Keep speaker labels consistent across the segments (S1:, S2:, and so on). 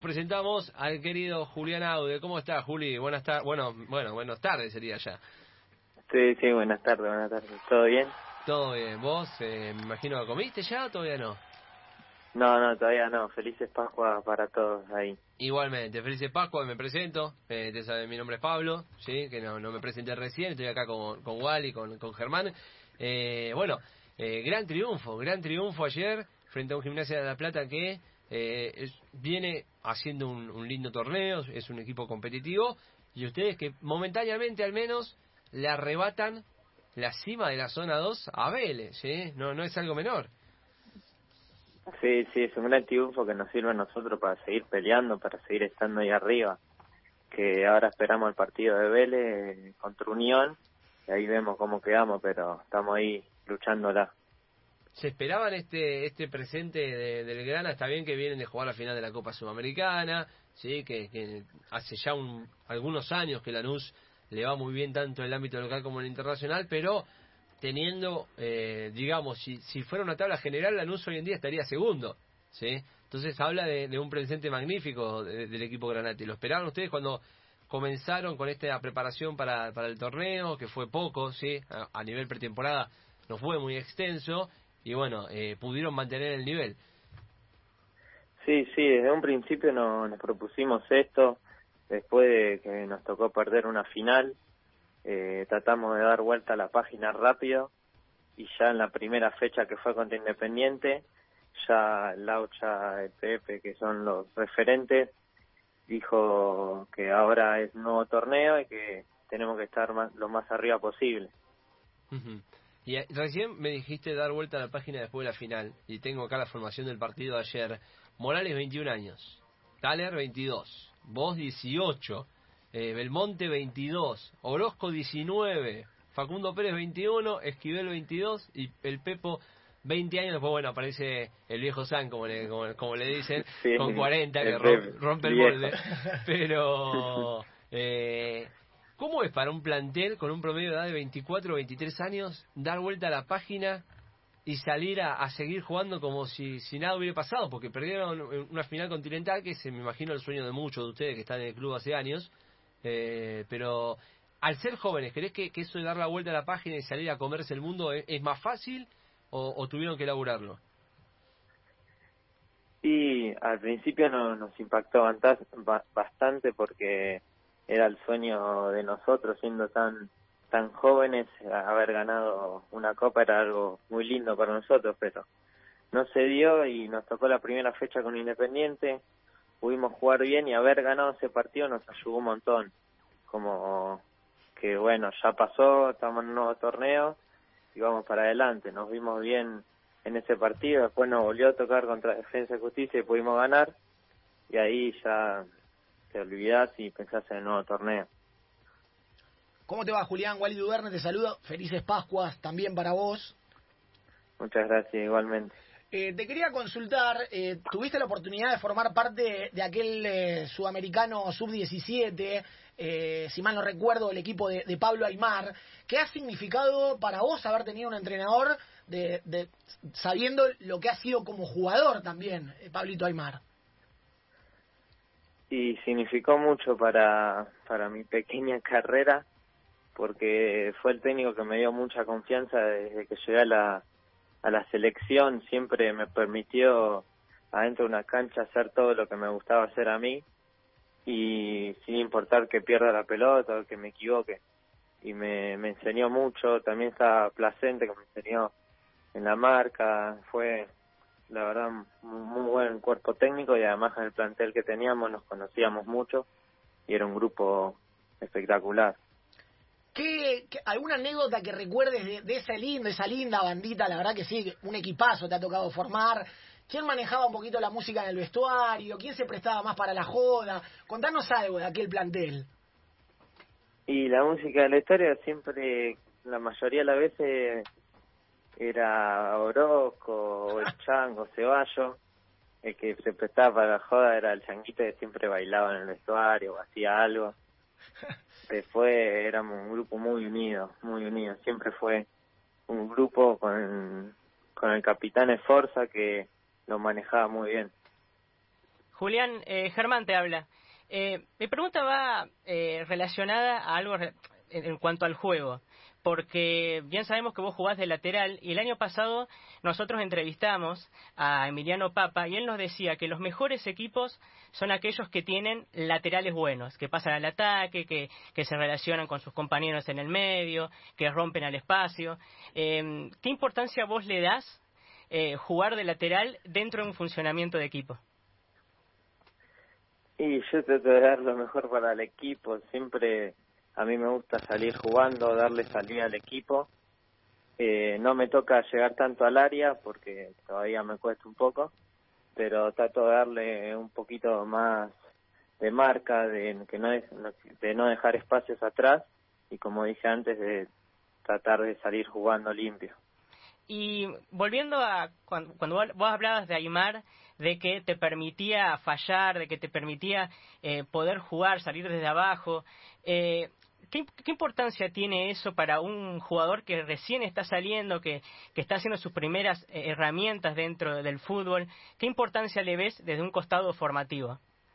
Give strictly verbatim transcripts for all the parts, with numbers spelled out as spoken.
S1: Presentamos al querido Julián Aude. ¿Cómo está, Juli? Buenas tardes. Bueno, bueno, buenas tardes sería ya.
S2: Sí, sí, buenas tardes, buenas tardes. ¿Todo bien?
S1: Todo bien. ¿Vos, eh, me imagino, que comiste ya o todavía no?
S2: No, no, todavía no. Felices Pascua para todos ahí.
S1: Igualmente, felices Pascua, me presento. Eh, te sabe, mi nombre es Pablo, sí, que no, no me presenté recién. Estoy acá con, con Wally, con, con Germán. Eh, bueno, eh, gran triunfo, gran triunfo ayer frente a un Gimnasia de La Plata que eh, es, viene haciendo un, un lindo torneo, es un equipo competitivo. Y ustedes que momentáneamente al menos le arrebatan la cima de la zona dos a Vélez, ¿sí? No, no es algo menor.
S2: Sí, sí, es un gran triunfo que nos sirve a nosotros para seguir peleando, para seguir estando ahí arriba. Que ahora esperamos el partido de Vélez eh, contra Unión, y ahí vemos cómo quedamos, pero estamos ahí luchándola.
S1: Se esperaban este este presente de, del Grana. Está bien que vienen de jugar la final de la Copa Sudamericana, sí, que, que hace ya un, algunos años que Lanús le va muy bien tanto en el ámbito local como en el internacional, pero teniendo, eh, digamos, si, si fuera una tabla general, Lanús hoy en día estaría segundo, sí. Entonces habla de, de un presente magnífico de, del equipo Granate. ¿Lo esperaban ustedes cuando comenzaron con esta preparación para, para el torneo, que fue poco, sí, a, a nivel pretemporada no fue muy extenso? Y bueno, eh, pudieron mantener el nivel.
S2: Sí, sí, desde un principio no, nos propusimos esto, después de que nos tocó perder una final, eh, tratamos de dar vuelta a la página rápido, y ya en la primera fecha que fue contra Independiente, ya Laucha, el Pepe, que son los referentes, dijo que ahora es un nuevo torneo y que tenemos que estar más, lo más arriba posible.
S1: Uh-huh. Y eh, recién me dijiste dar vuelta a la página después de la final, y tengo acá la formación del partido de ayer. Morales veintiún años, Thaler veintidós, vos dieciocho, eh, Belmonte veintidós, Orozco diecinueve, Facundo Pérez veintiuno, Esquivel veintidós y el Pepo veinte años. Después, bueno, aparece el viejo San, como le, como, como le dicen,
S2: Sí,
S1: con cuarenta, que
S2: el
S1: rompe,
S2: Pepe,
S1: rompe el
S2: viejo.
S1: molde. Pero eh, ¿cómo es para un plantel con un promedio de edad de veinticuatro o veintitrés años dar vuelta a la página y salir a, a seguir jugando como si, si nada hubiera pasado? Porque perdieron una final continental, que es, me imagino, el sueño de muchos de ustedes que están en el club hace años. Eh, pero al ser jóvenes, ¿crees que, que eso de dar la vuelta a la página y salir a comerse el mundo es, es más fácil o, o tuvieron que elaborarlo?
S2: Y al principio no, nos impactó banta- ba- bastante porque era el sueño de nosotros, siendo tan tan jóvenes, haber ganado una copa era algo muy lindo para nosotros, pero no se dio y nos tocó la primera fecha con Independiente, pudimos jugar bien y haber ganado ese partido nos ayudó un montón, como que bueno, ya pasó, estamos en un nuevo torneo y vamos para adelante, nos vimos bien en ese partido, después nos volvió a tocar contra Defensa y Justicia y pudimos ganar, y ahí ya te olvidás y pensás en el nuevo torneo.
S3: ¿Cómo te va, Julián? Wally Duverne te saluda. Felices Pascuas también para vos.
S2: Muchas gracias, igualmente.
S3: Eh, te quería consultar, eh, tuviste la oportunidad de formar parte de aquel eh, sudamericano sub diecisiete, eh, si mal no recuerdo, el equipo de, de Pablo Aimar. ¿Qué ha significado para vos haber tenido un entrenador de, de sabiendo lo que ha sido como jugador también, eh, Pablito Aimar?
S2: Y significó mucho para, para mi pequeña carrera, porque fue el técnico que me dio mucha confianza desde que llegué a la, a la selección. Siempre me permitió adentro de una cancha hacer todo lo que me gustaba hacer a mí, y sin importar que pierda la pelota o que me equivoque. Y me, me enseñó mucho. También estaba Placente, que me enseñó en la marca. Fue, la verdad, un muy buen cuerpo técnico, y además en el plantel que teníamos nos conocíamos mucho y era un grupo espectacular.
S3: ¿Qué, qué, ¿Alguna anécdota que recuerdes de, de esa linda, esa linda bandita? La verdad que sí, un equipazo te ha tocado formar. ¿Quién manejaba un poquito la música en el vestuario? ¿Quién se prestaba más para la joda? Contanos algo de aquel plantel.
S2: Y la música de la historia siempre, la mayoría de las veces, era Orozco o el Chango, Ceballos. El que se prestaba para la joda era el Changuito, que siempre bailaba en el vestuario o hacía algo. Después éramos un grupo muy unido, muy unido. Siempre fue un grupo con, con el capitán Esforza, que lo manejaba muy bien.
S4: Julián, eh, Germán te habla. Eh, mi pregunta va eh, relacionada a algo re en, en cuanto al juego, porque bien sabemos que vos jugás de lateral y el año pasado nosotros entrevistamos a Emiliano Papa y él nos decía que los mejores equipos son aquellos que tienen laterales buenos, que pasan al ataque, que, que se relacionan con sus compañeros en el medio, que rompen al espacio. Eh, ¿Qué importancia vos le das eh, jugar de lateral dentro de un funcionamiento de equipo?
S2: Y yo trato de dar lo mejor para el equipo. Siempre a mí me gusta salir jugando, darle salida al equipo. Eh, no me toca llegar tanto al área porque todavía me cuesta un poco, pero trato de darle un poquito más de marca, de que no de no dejar espacios atrás y, como dije antes, de tratar de salir jugando limpio.
S4: Y volviendo a cuando, cuando vos hablabas de Aimar, de que te permitía fallar, de que te permitía eh, poder jugar, salir desde abajo, eh, ¿qué, ¿qué importancia tiene eso para un jugador que recién está saliendo, que, que está haciendo sus primeras eh, herramientas dentro del fútbol? ¿Qué importancia le ves desde un costado formativo?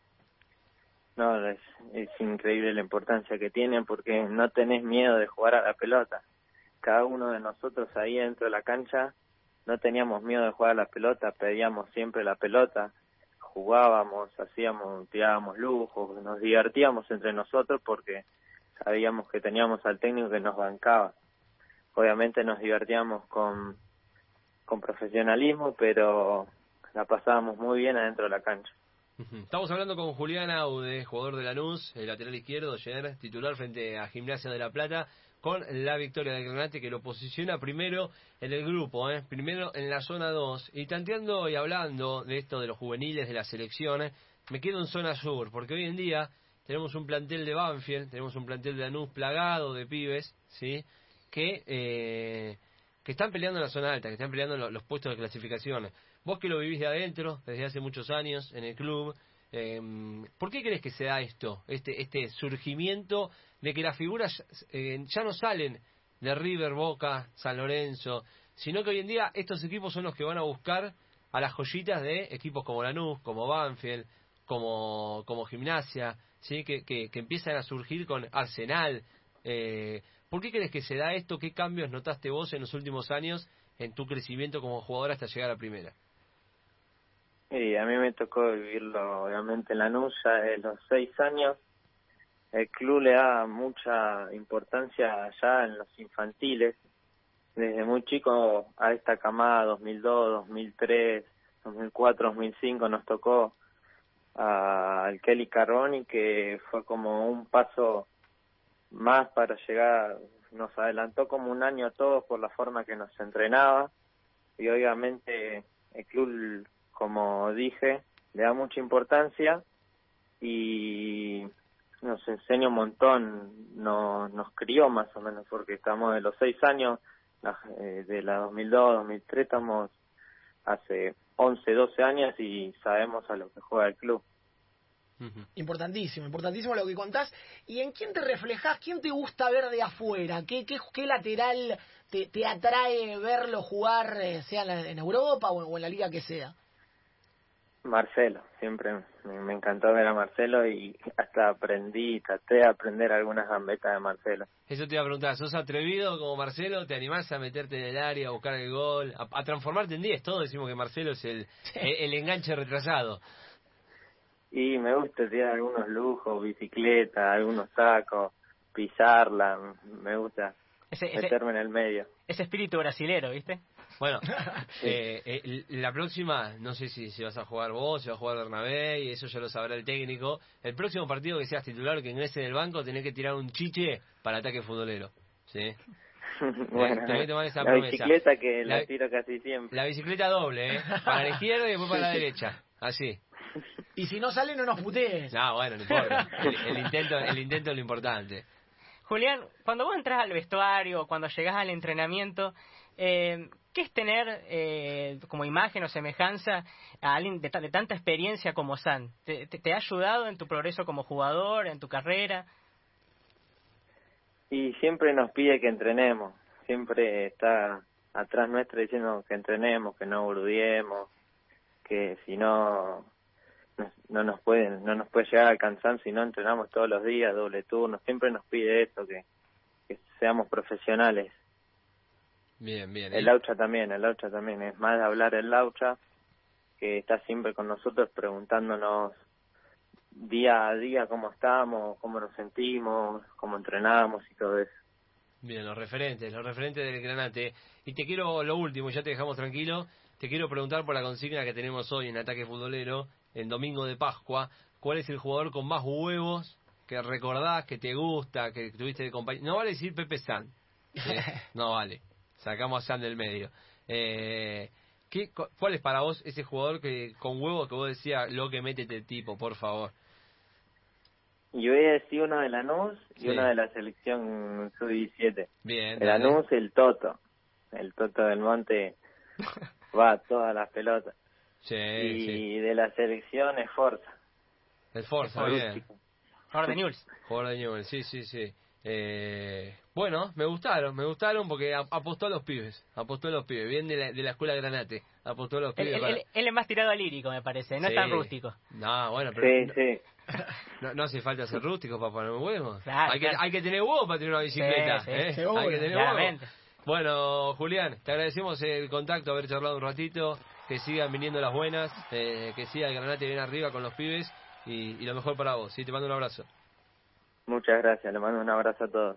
S2: No, es, es increíble la importancia que tiene porque no tenés miedo de jugar a la pelota. Cada uno de nosotros ahí dentro de la cancha no teníamos miedo de jugar a la pelota, pedíamos siempre la pelota, jugábamos, hacíamos, tirábamos lujos, nos divertíamos entre nosotros porque sabíamos que teníamos al técnico que nos bancaba. Obviamente nos divertíamos con, con profesionalismo, pero la pasábamos muy bien adentro de la cancha.
S1: Estamos hablando con Julián Aude, jugador de Lanús, el lateral izquierdo, ayer titular frente a Gimnasia de La Plata, con la victoria del Granate que lo posiciona primero en el grupo, ¿eh? primero en la zona dos. Y tanteando y hablando de esto de los juveniles de la selección, ¿eh? me quedo en zona sur, porque hoy en día tenemos un plantel de Banfield, tenemos un plantel de Lanús plagado de pibes, ¿sí? que eh, que están peleando en la zona alta, que están peleando los, los puestos de clasificación. Vos que lo vivís de adentro, desde hace muchos años, en el club, eh, ¿por qué crees que se da esto, este este surgimiento de que las figuras eh, ya no salen de River, Boca, San Lorenzo, sino que hoy en día estos equipos son los que van a buscar a las joyitas de equipos como Lanús, como Banfield, como como Gimnasia, sí, que, que, que empiezan a surgir con Arsenal? Eh, ¿Por qué crees que se da esto? ¿Qué cambios notaste vos en los últimos años en tu crecimiento como jugador hasta llegar a primera?
S2: Y a mí me tocó vivirlo, obviamente, en Lanús ya de los seis años. El club le da mucha importancia allá en los infantiles. Desde muy chico a esta camada dos mil dos, dos mil tres, dos mil cuatro, dos mil cinco nos tocó al Kelly Carboni, que fue como un paso más para llegar, nos adelantó como un año a todos por la forma que nos entrenaba y obviamente el club, como dije, le da mucha importancia y nos enseña un montón, nos, nos crió más o menos, porque estamos de los seis años, de la dos mil dos, dos mil tres, estamos hace once, doce años y sabemos a lo que juega el club.
S3: Uh-huh. Importantísimo, importantísimo lo que contás. ¿Y en quién te reflejás? ¿Quién te gusta ver de afuera? ¿Qué, qué, qué lateral te, te atrae verlo jugar, eh, sea en, en Europa o, o en la liga que sea?
S2: Marcelo, siempre me, me encantó ver a Marcelo y hasta aprendí, traté de aprender algunas gambetas de Marcelo.
S1: Eso te iba a preguntar, ¿sos atrevido como Marcelo? ¿Te animás a meterte en el área, a buscar el gol, a, a transformarte en diez? Todos decimos que Marcelo es el, el, el enganche retrasado.
S2: Y me gusta tirar algunos lujos, bicicleta, algunos tacos, pisarla, me gusta ese, meterme ese, en el medio.
S4: Ese espíritu brasilero, ¿viste?
S1: Bueno, eh, eh, la próxima, no sé si, si vas a jugar vos, si vas a jugar Bernabé, y eso ya lo sabrá el técnico. El próximo partido que seas titular, que ingrese en el banco, tenés que tirar un chiche para ataque futbolero, ¿sí?
S2: Bueno,
S1: tenés que tomar esa
S2: la
S1: promesa.
S2: Bicicleta que la,
S1: la tiro
S2: casi siempre.
S1: La bicicleta doble, ¿eh? Para la izquierda y después para la derecha, así.
S3: Y si no sale, no nos putees.
S1: No, bueno, no importa. El, el intento el intento es lo importante.
S4: Julián, cuando vos entras al vestuario, cuando llegás al entrenamiento, eh, ¿qué es tener eh, como imagen o semejanza a alguien de, de tanta experiencia como San? ¿Te, te, ¿Te ha ayudado en tu progreso como jugador, en tu carrera?
S2: Y siempre nos pide que entrenemos. Siempre está atrás nuestro diciendo que entrenemos, que no burdiemos, que si no... no, no nos pueden, no nos puede llegar a alcanzar si no entrenamos todos los días, doble turno. Siempre nos pide eso, que, que seamos profesionales.
S1: Bien, bien.
S2: El Laucha también, el Laucha también. Es más de hablar el Laucha, que está siempre con nosotros preguntándonos día a día cómo estamos, cómo nos sentimos, cómo entrenamos y todo eso.
S1: Bien, los referentes, los referentes del Granate. Y te quiero, lo último, ya te dejamos tranquilo, te quiero preguntar por la consigna que tenemos hoy en Ataque Futbolero, en Domingo de Pascua. ¿Cuál es el jugador con más huevos que recordás, que te gusta, que tuviste de compañero? No vale decir Pepe San. ¿eh? No vale. Sacamos a San del medio. Eh, ¿qué, ¿Cuál es para vos ese jugador que con huevos que vos decías, lo que mete este tipo, por favor?
S2: Y voy a decir una de Lanús y
S1: Sí.
S2: una de la selección sub diecisiete.
S1: Bien,
S2: De
S1: dale.
S2: Lanús, el Toto. El Toto del Monte va a todas las pelotas.
S1: Sí,
S2: y
S1: sí.
S2: de la selección es Forza.
S1: El Forza,
S2: Es
S1: bien.
S2: rústico.
S4: Jugador de Newell's.
S1: Jugador de Newell's, sí, sí, sí. Eh, bueno, me gustaron, me gustaron porque ap- apostó a los pibes, apostó a los pibes, bien de la, de la escuela Granate, apostó a los
S4: Él,
S1: pibes.
S4: él-
S1: para-
S4: él- él es más tirado al lírico, me parece, no
S1: Sí.
S4: es tan rústico.
S1: No, bueno, pero
S2: Sí,
S1: no,
S2: sí.
S1: no, no hace falta ser rústico para poner huevos.
S4: Claro,
S1: hay, que,
S4: claro.
S1: hay que tener huevos para tener una bicicleta.
S4: Sí, sí,
S1: ¿eh?
S3: seguro,
S1: Hay que tener huevos.
S4: claramente.
S1: Bueno, Julián, te agradecemos el contacto, haber charlado un ratito, que sigan viniendo las buenas, eh, que siga el Granate bien arriba con los pibes y, y lo mejor para vos. Sí, te mando un abrazo.
S2: Muchas gracias. Le mando un abrazo a todos.